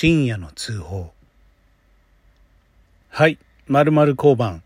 深夜の通報。はい、〇〇交番。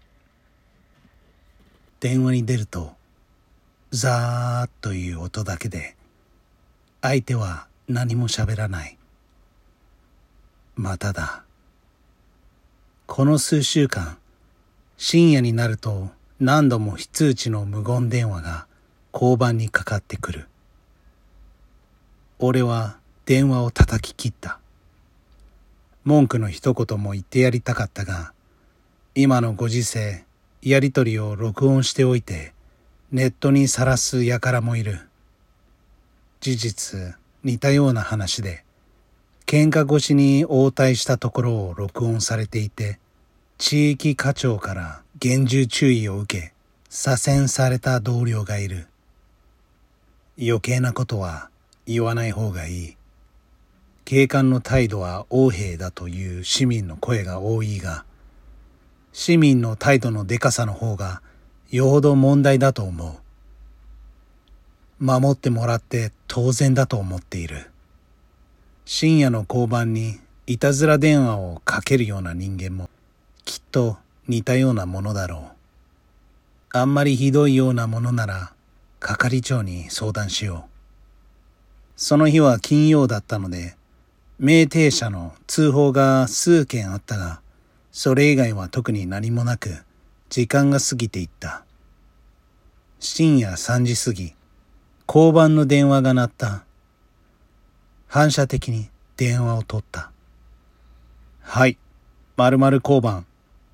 電話に出ると、ザーッという音だけで、相手は何も喋らない。まただ。この数週間、深夜になると何度も非通知の無言電話が交番にかかってくる。俺は電話を叩き切った。文句の一言も言ってやりたかったが、今のご時世、やりとりを録音しておいて、ネットにさらす輩もいる。事実、似たような話で、喧嘩越しに応対したところを録音されていて、地域課長から厳重注意を受け、左遷された同僚がいる。余計なことは言わない方がいい。警官の態度は横柄だという市民の声が多いが、市民の態度のでかさの方がよほど問題だと思う。守ってもらって当然だと思っている。深夜の交番にいたずら電話をかけるような人間もきっと似たようなものだろう。あんまりひどいようなものなら係長に相談しよう。その日は金曜だったので、酩酊者の通報が数件あったが、それ以外は特に何もなく、時間が過ぎていった。深夜3時過ぎ、交番の電話が鳴った。反射的に電話を取った。はい、〇〇交番。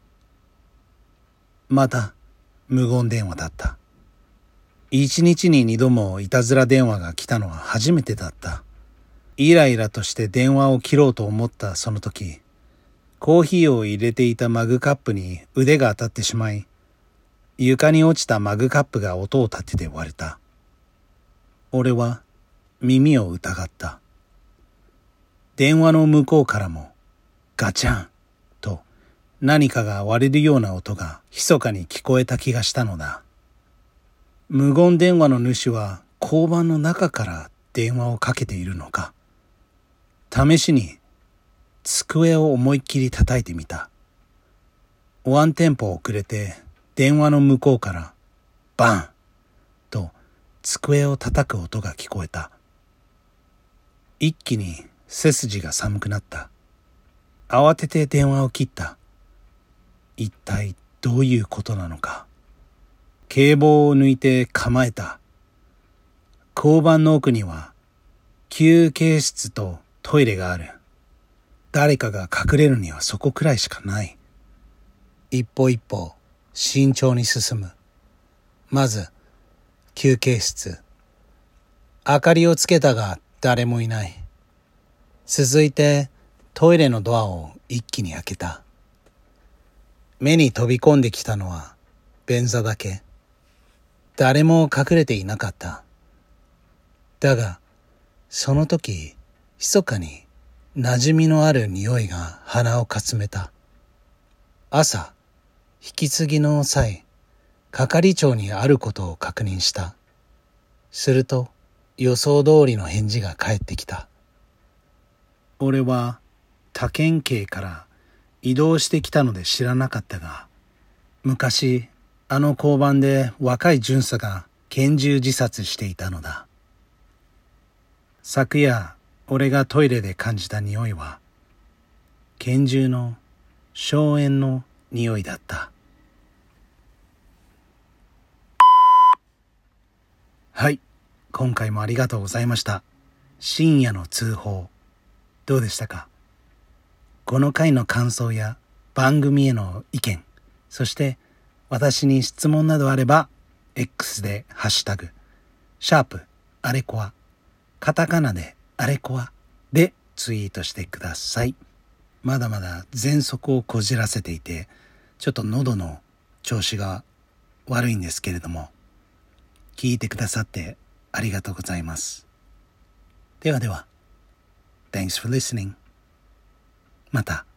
また無言電話だった。一日に2度もいたずら電話が来たのは初めてだった。イライラとして電話を切ろうと思ったその時、コーヒーを入れていたマグカップに腕が当たってしまい、床に落ちたマグカップが音を立てて割れた。俺は耳を疑った。電話の向こうからもガチャンと何かが割れるような音が密かに聞こえた気がしたのだ。無言電話の主は交番の中から電話をかけているのか。試しに机を思いっきり叩いてみた。ワンテンポ遅れて電話の向こうからバンと机を叩く音が聞こえた。一気に背筋が寒くなった。慌てて電話を切った。一体どういうことなのか。警棒を抜いて構えた。交番の奥には休憩室とトイレがある。誰かが隠れるにはそこくらいしかない。一歩一歩慎重に進む。まず休憩室。明かりをつけたが誰もいない。続いてトイレのドアを一気に開けた。目に飛び込んできたのは便座だけ。誰も隠れていなかった。だがその時密かに馴染みのある匂いが鼻をかすめた。朝、引き継ぎの際、係長にあることを確認した。すると、予想通りの返事が返ってきた。俺は他県警から移動してきたので知らなかったが、昔、あの交番で若い巡査が拳銃自殺していたのだ。昨夜、俺がトイレで感じた匂いは、拳銃の硝煙の匂いだった。はい、今回もありがとうございました。深夜の通報、どうでしたか？この回の感想や番組への意見、そして私に質問などあれば、X でハッシュタグ、あれこわ、カタカナであれこわでツイートしてください。まだまだ喘息をこじらせていて、ちょっと喉の調子が悪いんですけれども、聞いてくださってありがとうございます。ではでは、Thanks for listening. また。